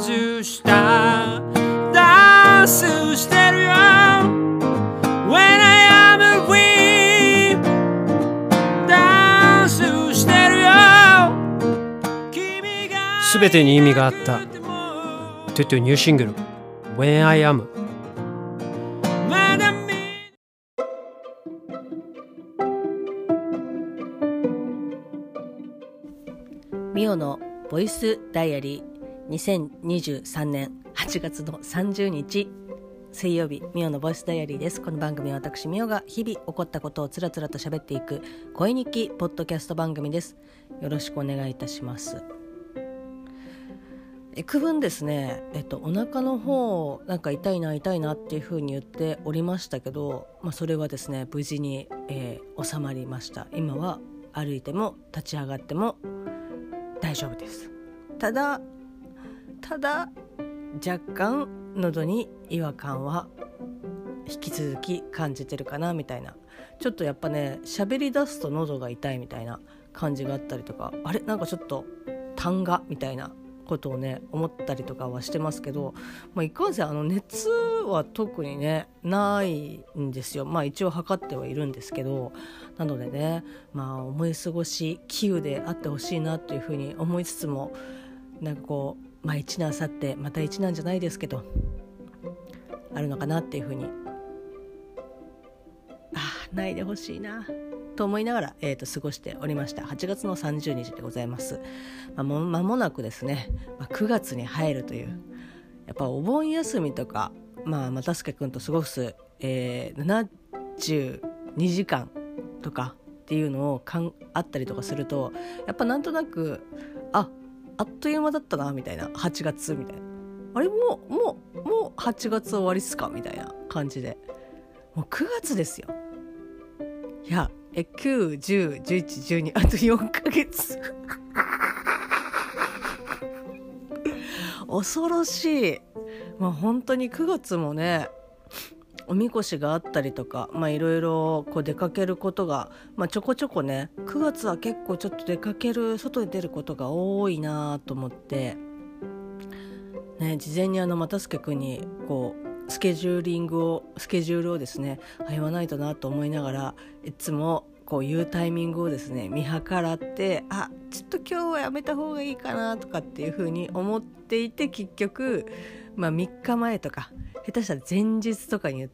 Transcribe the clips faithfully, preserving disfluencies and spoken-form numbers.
スしたダンスしてるよ When I am free ダンスしてるよすべてに意味があったトゥトゥニューシングル When I am ミオのボイスダイアリーにせんにじゅうさんねんはちがつのさんじゅうにち水曜日、ミオのボイスダイアリーです。この番組は私ミオが日々起こったことをつらつらと喋っていく声日記ポッドキャスト番組です。よろしくお願いいたします。幾分ですね、えっと、お腹の方なんか痛いな痛いなっていう風に言っておりましたけど、まあ、それはですね無事に、えー、収まりました。今は歩いても立ち上がっても大丈夫です。ただただ若干喉に違和感は引き続き感じてるかなみたいな、ちょっとやっぱね喋り出すと喉が痛いみたいな感じがあったりとか、あれなんかちょっと痰がみたいなことをね思ったりとかはしてますけど、まあ、いかんせんあの熱は特にねないんですよ。まあ一応測ってはいるんですけど、なのでね、まあ思い過ごし杞憂であってほしいなというふうに思いつつも、なんかこうまあ一難去ってまた一難じゃないですけどあるのかなっていうふうに、ああないでほしいなと思いながら、えー、と過ごしておりました。はちがつのさんじゅうにちでございます。まあ、も間もなくですね、まあ、くがつに入るという、やっぱお盆休みとか、まあ、又助君と過ごす、えー、ななじゅうにじかんとかっていうのをかんあったりとかすると、やっぱなんとなくああっという間だったなみたいな、はちがつみたいな、あれもうもうもうはちがつ終わりっすかみたいな感じで、もうくがつですよ。いやえきゅう、じゅう、じゅういち、じゅうにあとよんかげつ恐ろしい。まあ本当にくがつもねおみこしがあったりとか、まあいろいろこう出かけることが、まあ、ちょこちょこねくがつは結構ちょっと出かける外に出ることが多いなと思って、ね、事前にあの又助君にこうスケジューリングをスケジュールをですね言わないとなと思いながら、いつもこう言うタイミングをですね見計らって、あちょっと今日はやめた方がいいかなとかっていう風に思っていて、結局、まあ、みっかまえとか下手したら前日とかに言って、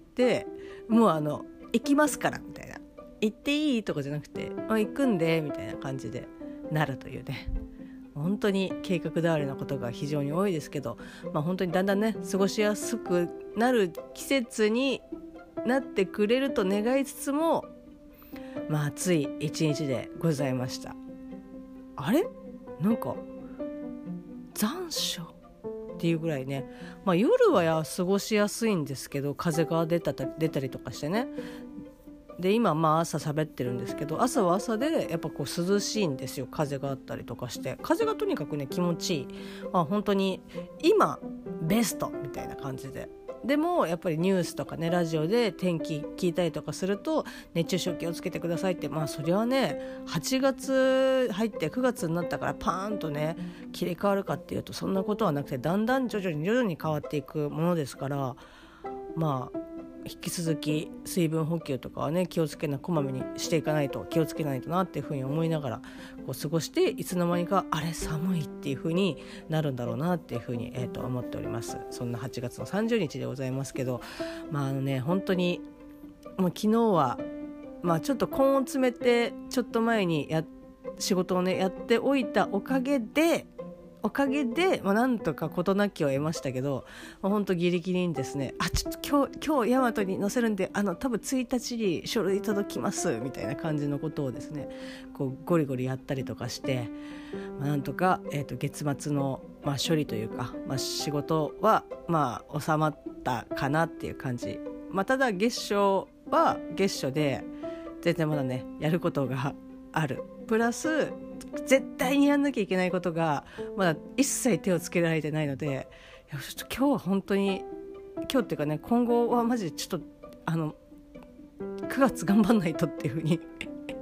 もうあの行きますからみたいな、行っていいとかじゃなくて、あ行くんでみたいな感じでなるというね、本当に計画通りのことが非常に多いですけど、まあ、本当にだんだんね過ごしやすくなる季節になってくれると願いつつも、まあ暑い一日でございました。あれなんか残暑っていうぐらいね、まあ、夜はや過ごしやすいんですけど、風が出た出たりとかしてね、で今まあ朝喋ってるんですけど、朝は朝でやっぱこう涼しいんですよ。風があったりとかして、風がとにかくね気持ちいい、まあ、本当に今ベストみたいな感じで、でもやっぱりニュースとかねラジオで天気聞いたりとかすると、熱中症気をつけてくださいって、まあそれはねはちがつ入ってくがつになったからパーンとね切り替わるかっていうとそんなことはなくて、だんだん徐々に徐々に変わっていくものですから、まあ引き続き水分補給とかはね気をつけなこまめにしていかないと気をつけないとなっていうふうに思いながらこう過ごして、いつの間にかあれ寒いっていうふうになるんだろうなっていうふうに、えー、と思っております。そんなはちがつのさんじゅうにちでございますけど、まああのね本当にもう昨日は、まあ、ちょっと根を詰めてちょっと前にや仕事をねやっておいたおかげでおかげで、まあ、なんとか事なきを得ましたけど、まあ、ほんとギリギリにですね、あちょっと今日今日ヤマトに載せるんで、あの多分ついたちに書類届きますみたいな感じのことをですねこうゴリゴリやったりとかして、まあ、なんとか、えー、と月末の、まあ、処理というか、まあ、仕事はまあ収まったかなっていう感じ、まあ、ただ月初は月初で全然まだねやることがある、プラス絶対にやんなきゃいけないことがまだ一切手をつけられてないので、いやちょっと今日は本当に今日っていうかね今後はマジでちょっとあのくがつ頑張んないとっていうふうに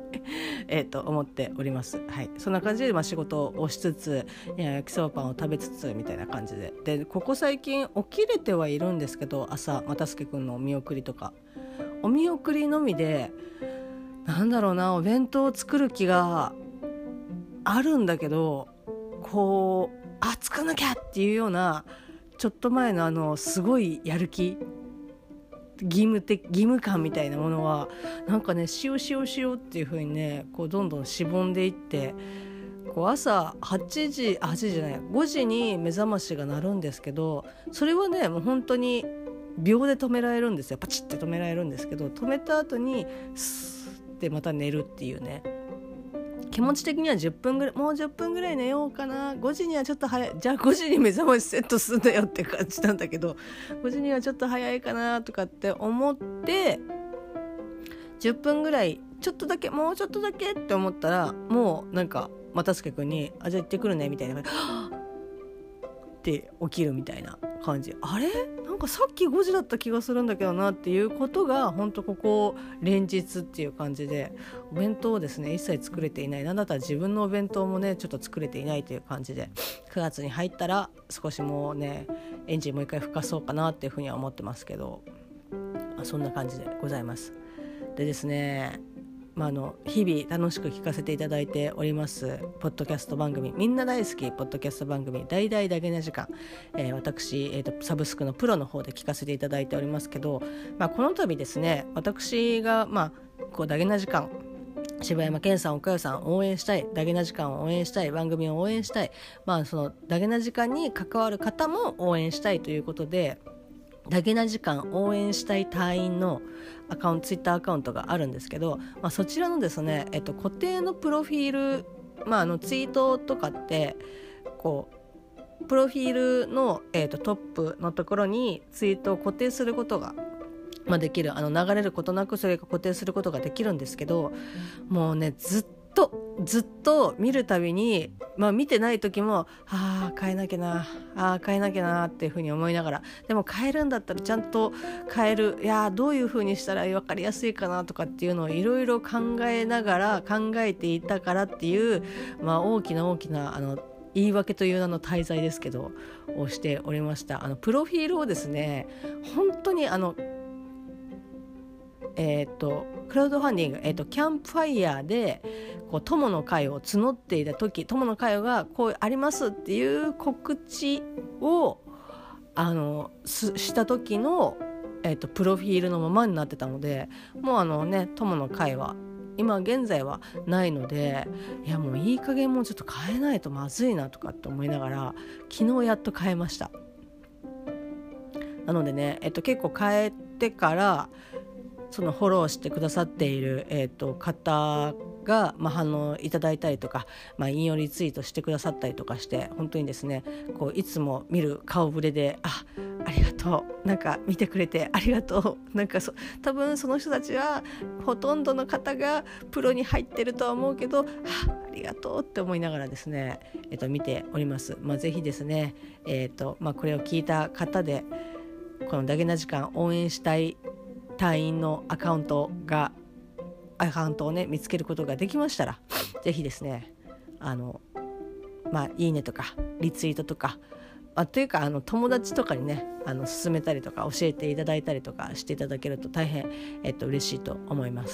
えっと思っております。はい、そんな感じで、まあ、仕事をしつつ、いや焼きそばパンを食べつつみたいな感じで、でここ最近起きれてはいるんですけど、朝又助くんのお見送りとかお見送りのみで、なんだろうな、お弁当を作る気があるんだけど、こうあ作んなきゃっていうようなちょっと前のあのすごいやる気、義務的義務感みたいなものはなんかね、しようしようしようっていう風にね、こうどんどんしぼんでいって、こう朝はちじあはちじじゃないごじに目覚ましが鳴るんですけど、それはねもう本当に秒で止められるんですよ。パチッて止められるんですけど、止めた後にスーってまた寝るっていうね、気持ち的にはじゅっぷんぐらい、もうじゅっぷんぐらい寝ようかな、ごじにはちょっと早い、じゃあごじに目覚ましセットすんだよって感じなんだけど、ごじにはちょっと早いかなとかって思って、じゅっぷんぐらいちょっとだけもうちょっとだけって思ったら、もうなんか又助くんにあじゃあ行ってくるねみたいなって起きるみたいな感じ。あれなんかさっきごじだった気がするんだけどなっていうことが本当ここ連日っていう感じで、お弁当をですね一切作れていない、なんだったら自分のお弁当もねちょっと作れていないという感じで、くがつに入ったら少しもうねエンジンもう一回吹かそうかなっていうふうには思ってますけど、まあ、そんな感じでございます。でですね、まあ、あの日々楽しく聞かせていただいておりますポッドキャスト番組、みんな大好きポッドキャスト番組大々だけな時間、えー、私、えーと、サブスクのプロの方で聞かせていただいておりますけど、まあ、この度ですね、私がまあこうだけな時間、柴山健さん、岡代さんを応援したい、だけな時間を応援したい、番組を応援したい、まあ、そのだけな時間に関わる方も応援したいということで、だけな時間応援したい隊員のアカウント、ツイッターアカウントがあるんですけど、まあ、そちらのですね、えっと、固定のプロフィール、まあ、あのツイートとかってこうプロフィールの、えっと、トップのところにツイートを固定することが、まあ、できる、あの流れることなくそれが固定することができるんですけど、もうねずっとずっと見るたびに、まあ、見てない時もあー変えなきゃなあ変えなきゃなっていうふうに思いながら、でも変えるんだったらちゃんと変える、いやどういうふうにしたら分かりやすいかなとかっていうのをいろいろ考えながら考えていたからっていう、まあ、大きな大きなあの言い訳という名の滞在ですけどをしておりました。あのプロフィールをですね、本当にあのえー、とクラウドファンディング、えー、とキャンプファイヤーでこう友の会を募っていた時、友の会がこうありますっていう告知をあのした時の、えー、とプロフィールのままになってたので、もうあのね友の会は今現在はないので、いやもういい加減もうちょっと変えないとまずいなとかって思いながら、昨日やっと変えました。なのでね、えー、と結構変えてからそのフォローしてくださっている、えー、と方が、まあ、反応いただいたりとか、まあ、引用リツイートしてくださったりとかして、本当にですねこういつも見る顔ぶれで、あありがとう、なんか見てくれてありがとう、なんかそ多分その人たちはほとんどの方がプロに入ってるとは思うけど、あありがとうって思いながらですね、えー、と見ております。まあ、ぜひですね、えーとまあ、これを聞いた方でこのだけな時間応援したい隊員のアカウントがアカウントをね見つけることができましたら、ぜひですねあのまあいいねとかリツイートとか、あというかあの友達とかにねあの勧めたりとか教えていただいたりとかしていただけると大変、えっと、嬉しいと思います。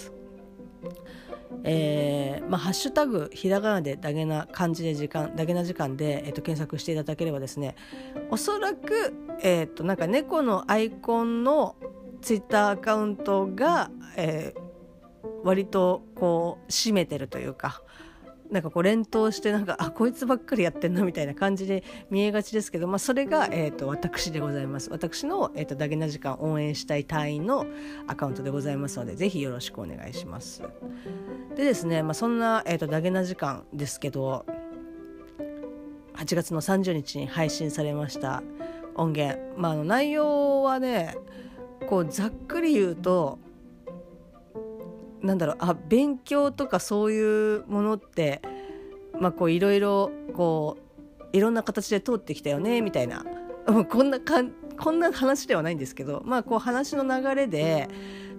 えーまあ、ハッシュタグひらがなでだげな漢字で時間だげな時間で、えっと、検索していただければですね、おそらく、えっと、なんか猫のアイコンのツイッターアカウントが、えー、割とこう占めてるというか、なんかこう連投してなんかあこいつばっかりやってんなみたいな感じで見えがちですけど、まあ、それが、えー、と私でございます。私の、えー、とだげな時間応援したい隊員のアカウントでございますので、ぜひよろしくお願いします。でですね、まあ、そんな、えー、とだげな時間ですけど、はちがつのさんじゅうにちに配信されました音源、まあ、あの内容はねこうざっくり言うとなんだろう、あ勉強とかそういうものってまあこういろいろこういろんな形で通ってきたよねみたいな、こんなかんこんな話ではないんですけど、まあこう話の流れで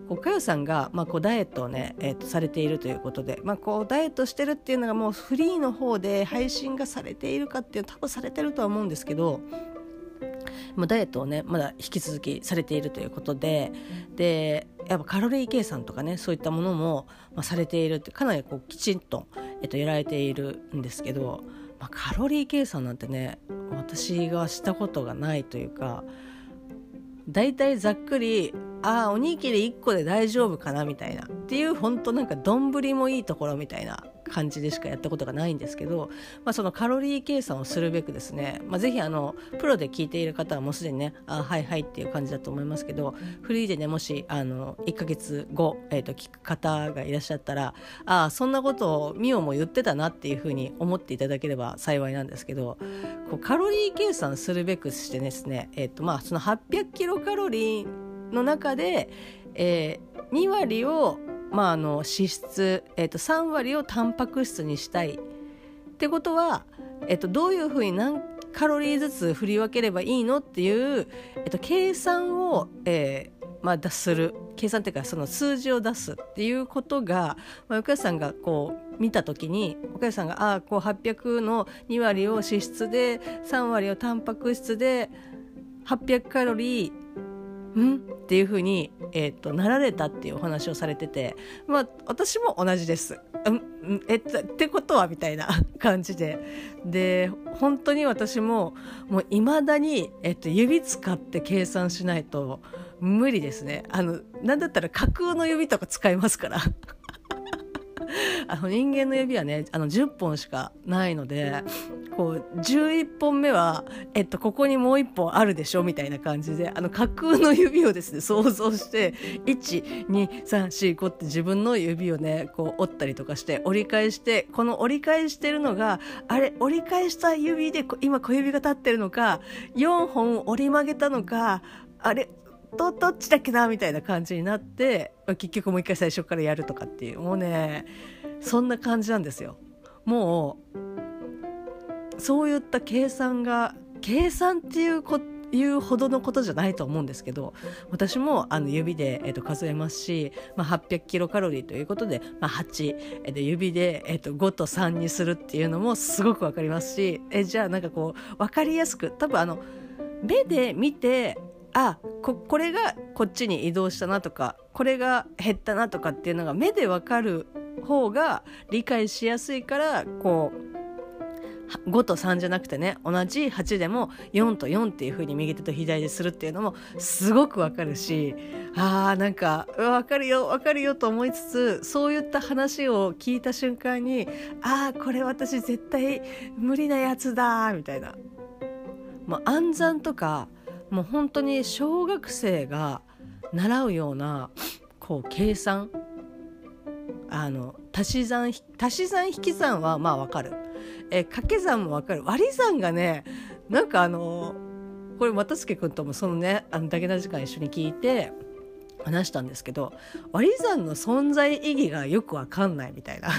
こうかよさんが、まあ、こうダイエットをね、えー、とされているということで、まあ、こうダイエットしてるっていうのがもうフリーの方で配信がされているかっていうと多分されてるとは思うんですけど、まあ、ダイエットをねまだ引き続きされているということで、でやっぱカロリー計算とかねそういったものも、まあ、されているってかなりこうきちんと、えっと、やられているんですけど、まあ、カロリー計算なんてね私がしたことがないというか、だいたいざっくりあおにぎりいっこで大丈夫かなみたいなっていう本当なんか丼もいいところみたいな感じでしかやったことがないんですけど、まあ、そのカロリー計算をするべくですね、まあ、ぜひあのプロで聞いている方はもうすでにねあはいはいっていう感じだと思いますけど、フリーでねもしあのいっかげつご、えーと聞く方がいらっしゃったらあそんなことをミオも言ってたなっていうふうに思っていただければ幸いなんですけど、こうカロリー計算するべくしてですね、えーとまあ、そのはっぴゃくキロカロリーの中で、えー、にわりをまあ、あの脂質、えー、とさんわりをタンパク質にしたいってことは、えー、とどういうふうに何カロリーずつ振り分ければいいのっていう、えー、と計算を、えーまあ、出する計算っていうかその数字を出すっていうことが、まあ、岡谷さんがこう見たときに岡谷さんがあこうはっぴゃくのにわりを脂質でさんわりをタンパク質ではっぴゃくカロリーんっていう風に、えー、となられたっていうお話をされてて、まあ私も同じです。んえってことはみたいな感じで、で本当に私ももう未だに、えー、と指使って計算しないと無理ですね。あのなんだったら架空の指とか使いますからあの人間の指はねあのじゅっぽんしかないので、こうじゅういっぽんめは、えっと、ここにもういっぽんあるでしょみたいな感じであの架空の指をですね想像していち、に、さん、し、ごって自分の指をねこう折ったりとかして折り返して、この折り返してるのがあれ折り返した指で今小指が立ってるのかよんほん折り曲げたのかあれど, どっちだっけなみたいな感じになって結局もう一回最初からやるとかっていうもうねそんな感じなんですよ。もうそういった計算が計算っていうこいうほどのことじゃないと思うんですけど、私もあの指で、えー、と数えますし、まあ、はっぴゃくキロカロリーということで、まあ、はち、えー、と指で、えー、とごとさんにするっていうのもすごくわかりますし、えじゃあなんかこうわかりやすく多分あの目で見てあ こ, これがこっちに移動したなとかこれが減ったなとかっていうのが目でわかる方が理解しやすいから、こうごとさんじゃなくてね同じはちでもよんとよんっていう風に右手と左でするっていうのもすごくわかるし、あーなんかわかるよわかるよと思いつつ、そういった話を聞いた瞬間にあーこれ私絶対無理なやつだみたいな、もう暗算とかもう本当に小学生が習うようなこう計算、あの足し算足し算引き算はまあわかる、え掛け算もわかる、割り算がねなんかあのこれ又助君ともそのねあのだけな時間一緒に聞いて話したんですけど、割り算の存在意義がよくわかんないみたいな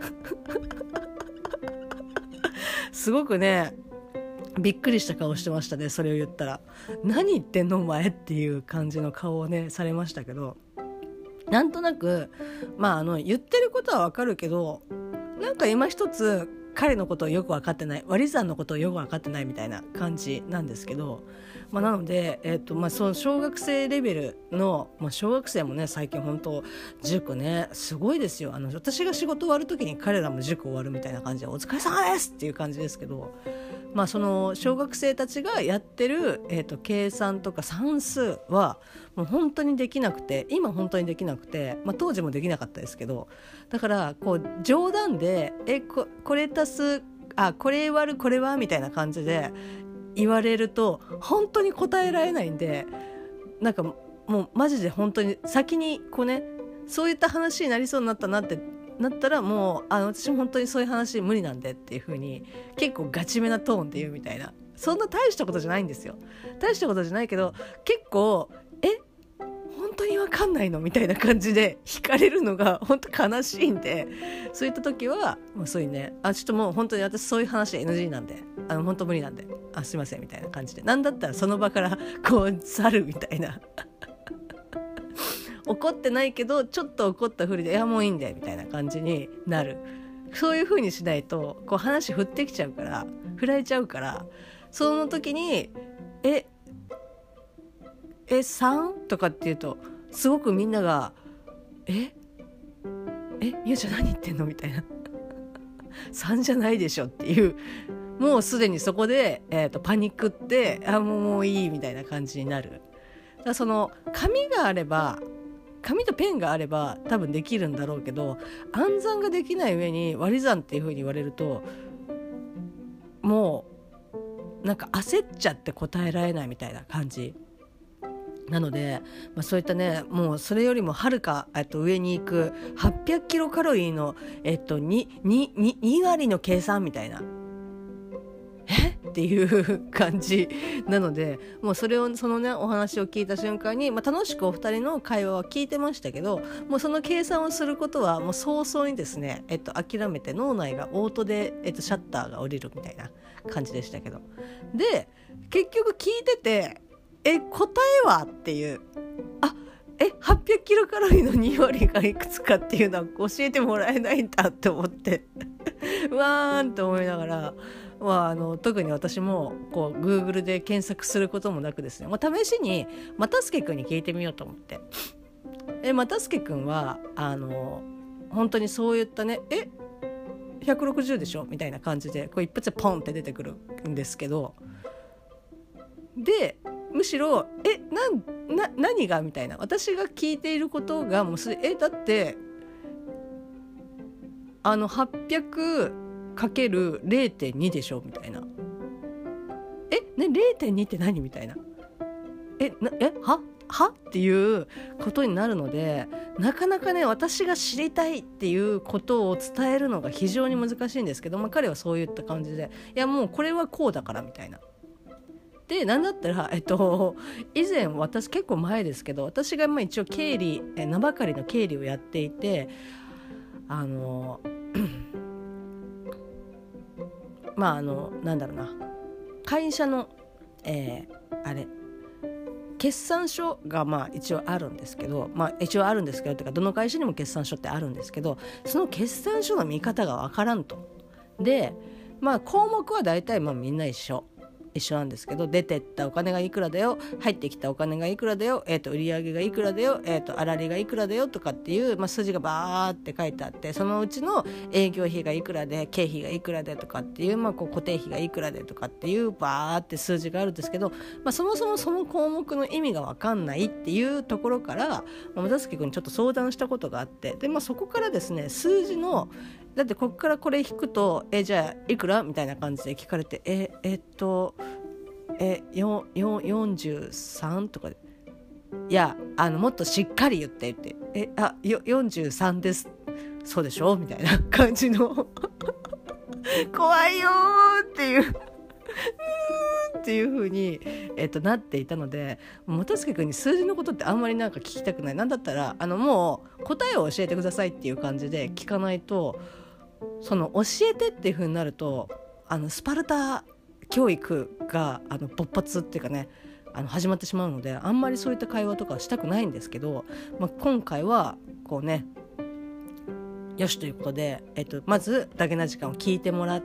すごくねびっくりした顔してましたね。それを言ったら何言ってんのお前っていう感じの顔をねされましたけど、なんとなくまああの言ってることはわかるけどなんか今一つ彼のことをよく分かってない、割り算のことをよく分かってないみたいな感じなんですけど、まあ、なので、えーとまあ、その小学生レベルの、まあ、小学生もね最近本当塾ねすごいですよ。あの私が仕事終わる時に彼らも塾終わるみたいな感じでお疲れ様ですっていう感じですけど、まあ、その小学生たちがやってる、えーと計算とか算数はもう本当にできなくて、今本当にできなくて、まあ、当時もできなかったですけど、だからこう冗談でえ こ, これ足すあこれ割るこれはみたいな感じで言われると本当に答えられないんで、なんかもうマジで本当に先にこうねそういった話になりそうになったなってなったらもうあの私も本当にそういう話無理なんでっていう風に結構ガチめなトーンで言うみたいな、そんな大したことじゃないんですよ。大したことじゃないけど結構え本当に分かんないのみたいな感じで惹かれるのが本当悲しいんで、そういった時はもうそういうねあちょっともう本当に私そういう話 エヌジー なんであの本当無理なんであすいませんみたいな感じで、なんだったらその場からこう去るみたいな怒ってないけどちょっと怒ったふりでいやもういいんだよみたいな感じになる。そういう風にしないとこう話振ってきちゃうから振られちゃうから、その時にええさんとかって言うとすごくみんながええみゆちゃん何言ってんのみたいなさんじゃないでしょっていう、もうすでにそこで、えーと、パニックってあもう、もういいみたいな感じになる。だからその紙があれば紙とペンがあれば多分できるんだろうけど、暗算ができない上に割り算っていう風に言われるともうなんか焦っちゃって答えられないみたいな感じなので、まあ、そういったねもうそれよりもはるか、えっと、上に行くはっぴゃくキロカロリーの、えっと、に, に, に, に割の計算みたいなえっていう感じなので、もうそれをそのねお話を聞いた瞬間に、まあ、楽しくお二人の会話は聞いてましたけど、もうその計算をすることはもう早々にですね、えっと、諦めて脳内がオートで、えっと、シャッターが降りるみたいな感じでしたけど、で結局聞いててえ答えはっていうあえはっぴゃくキロカロリーのに割がいくつかっていうのは教えてもらえないんだって思ってわーんと思いながら、まあ、あの特に私もこう Google で検索することもなくですね、まあ、試しに又助くんに聞いてみようと思って、え又助くんはあの本当にそういったねえひゃくろくじゅうでしょみたいな感じでこう一発でポンって出てくるんですけど、でむしろえなんな何がみたいな、私が聞いていることがもうすでえだってあの はっぴゃくかけるれいてんに でしょみたいな、えね れいてんに って何みたいな、えなえははっていうことになるので、なかなかね私が知りたいっていうことを伝えるのが非常に難しいんですけど、まあ、彼はそういった感じでいやもうこれはこうだからみたいな。でなんだったら、えっと、以前私結構前ですけど、私がまあ一応経理え名ばかりの経理をやっていて、あのまああのなんだろうな会社の、えー、あれ決算書がまあ一応あるんですけど、まあ一応あるんですけどというかどの会社にも決算書ってあるんですけど、その決算書の見方がわからんと。でまあ項目は大体まあみんな一緒一緒なんですけど、出てったお金がいくらだよ、入ってきたお金がいくらだよ、えーと売上がいくらだよ、えーと粗利がいくらだよとかっていう、まあ、数字がバーって書いてあって、そのうちの営業費がいくらで経費がいくらでとかっていう、まあ、こう固定費がいくらでとかっていうバーって数字があるんですけど、まあ、そもそもその項目の意味が分かんないっていうところから、又助君にちょっと相談したことがあって、で、まあ、そこからですね数字のだってこっからこれ引くとえじゃあいくらみたいな感じで聞かれてええっとえよよよんじゅうさんとかでいやあのもっとしっかり言ってってえあよよんじゅうさんですそうでしょみたいな感じの怖いよっていうっていう風に、えっと、なっていたので、又助君に数字のことってあんまりなんか聞きたくない。なんだったらあのもう答えを教えてくださいっていう感じで聞かないと、その教えてっていう風になるとあのスパルタ教育があの勃発っていうかねあの始まってしまうので、あんまりそういった会話とかはしたくないんですけど、まあ、今回はこうねよしということで、えっと、まずだけな時間を聞いてもらって、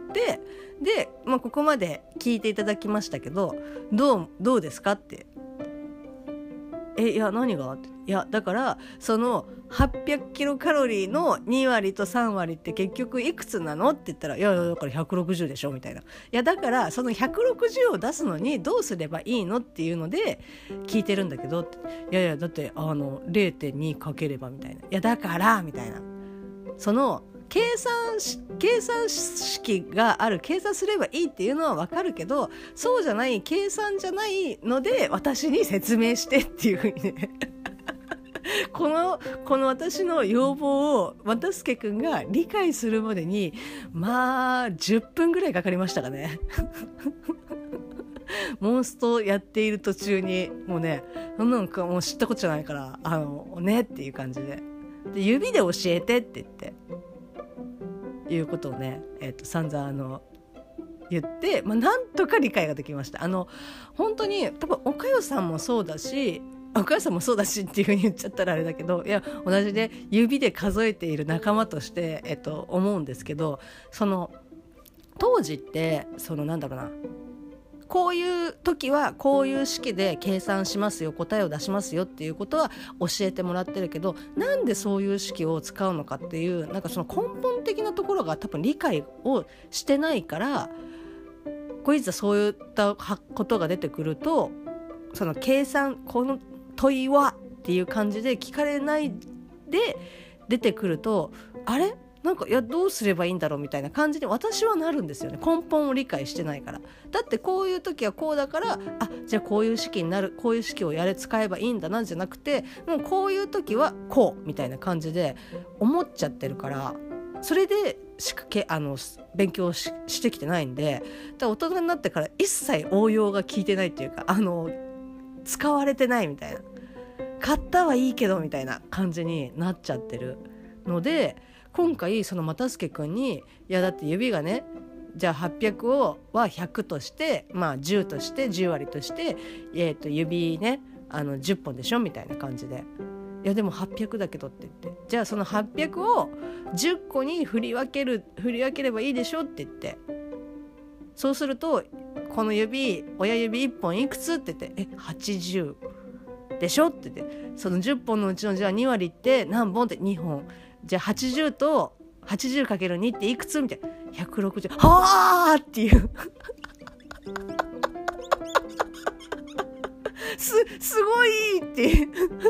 で、まあ、ここまで聞いていただきましたけどどう、どうですかってえいや何がっていやだからそのはっぴゃくキロカロリーのに割とさん割って結局いくつなのって言ったらいやだからひゃくろくじゅうでしょみたいな、いやだからそのひゃくろくじゅうを出すのにどうすればいいのっていうので聞いてるんだけどって、いやいやだってあの れいてんに かければみたいな、いやだからみたいな、その計算し計算式がある計算すればいいっていうのは分かるけど、そうじゃない計算じゃないので私に説明してっていう風にねこのこの私の要望を又助くんが理解するまでにまあじゅっぷんぐらいかかりましたかねモンストやっている途中にもうねなんかもう知ったことじゃないからあのねっていう感じで、で指で教えてって言っていうことをね、えー、と散々あの言って、まあ、なんとか理解ができました。あの本当に多分おかよさんもそうだしお母さんもそうだしっていう風に言っちゃったらあれだけど、いや同じで指で数えている仲間として、えっと、思うんですけど、その当時ってそのなんだろうな、こういう時はこういう式で計算しますよ、答えを出しますよっていうことは教えてもらってるけど、なんでそういう式を使うのかっていうなんかその根本的なところが多分理解をしてないから、こいつはそういったことが出てくると、その計算この問いはっていう感じで聞かれないで出てくると、あれなんかいやどうすればいいんだろうみたいな感じで私はなるんですよね。根本を理解してないから。だってこういう時はこうだから、あじゃあこういう式になる、こういう式をやれ使えばいいんだなじゃなくて、もうこういう時はこうみたいな感じで思っちゃってるから、それでしかけあの勉強 し, してきてないんで、だ大人になってから一切応用が効いてないっていうか、あの使われてないみたいな、買ったはいいけどみたいな感じになっちゃってるので、今回その又助くんに、いやだって指がね、じゃあはっぴゃくをはひゃくとして、まあじゅうとしてじゅう割として、えー、と指ねあのじゅっぽんでしょみたいな感じで、いやでもはっぴゃくだけどって言って、じゃあそのはっぴゃくをじゅっこに振り分ける振り分ければいいでしょって言って、そうするとこの指親指いっぽんいくつって言って、えはちじゅうでしょって言って、そのじゅっぽんのうちのじゃあに割って何本ってにほん、じゃあはちじゅうと はちじゅうかけるに っていくつみたいな、ひゃくろくじゅう、はーっていうす, すごいって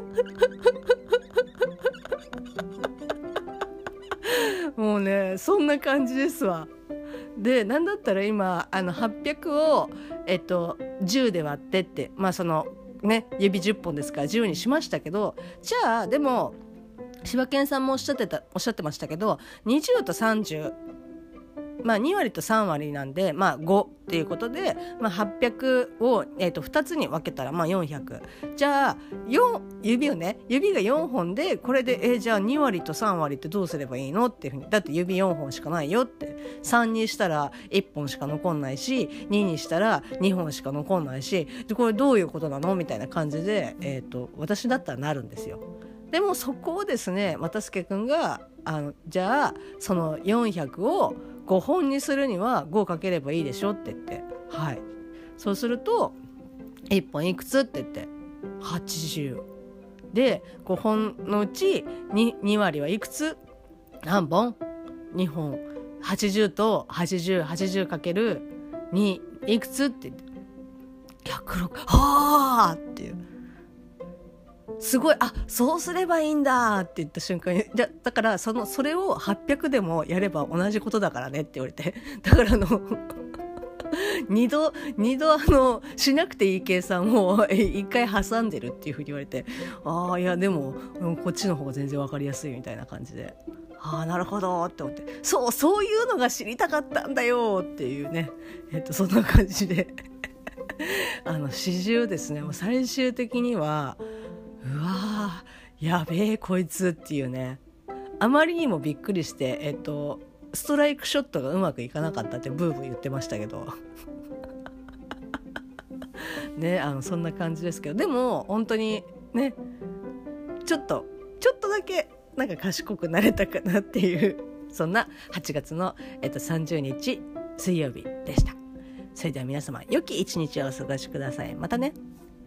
もうねそんな感じですわ。でなんだったら今あのはっぴゃくを、えっと、じゅうで割ってって、まあそのね指じゅっぽんですからじゅうにしましたけど、じゃあでも柴犬さんもおっしゃってたおっしゃってましたけど、にじゅうとさんじゅう、まあに割とさん割なんで、まあごっていうことで、まあ、はっぴゃくを、えー、とふたつに分けたらまあよんひゃく、じゃあよん指をね指がよんほんで、これでえー、じゃあに割とさん割ってどうすればいいのっていうふうに、だって指よんほんしかないよって、さんにしたらいっぽんしか残んないし、ににしたらにほんしか残んないし、でこれどういうことなのみたいな感じで、えー、と私だったらなるんですよ。でもそこをですね又助くんがあのじゃあそのよんひゃくをごほんにするにはごかければいいでしょって言って、はい、そうするといっぽんいくつって言ってはちじゅうで、ごほんのうち 2, に割はいくつ、何本、にほん、はちじゅうとはちじゅう、はちじゅうかけるにいくつって言ってひゃくろく、はーっていう、すごい、あそうすればいいんだって言った瞬間に、じゃだからそのそれをはっぴゃくでもやれば同じことだからねって言われて、だからあの二度二度あのしなくていい計算を一回挟んでるっていうふうに言われて、ああいやでもこっちの方が全然わかりやすいみたいな感じで、ああなるほどって思って、そうそういうのが知りたかったんだよっていうね、えっとそんな感じであの始終ですね、もう最終的にはうわーやべえこいつっていうね、あまりにもびっくりして、えっとストライクショットがうまくいかなかったってブーブー言ってましたけどね、あのそんな感じですけど、でも本当にねちょっとちょっとだけなんか賢くなれたかなっていうそんなはちがつの、えっと、さんじゅうにち水曜日でした。それでは皆様良き一日をお過ごしください。またね。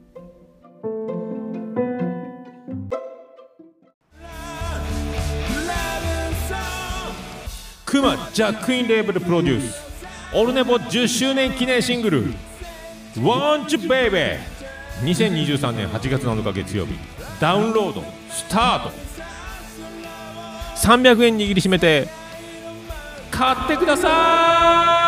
クマジャックインレーベルプロデュースオルネポじゅっしゅうねん記念シングル Want You Baby にせんにじゅうさんねんはちがつなのか月曜日ダウンロードスタート。さんびゃくえん握りしめて買ってください。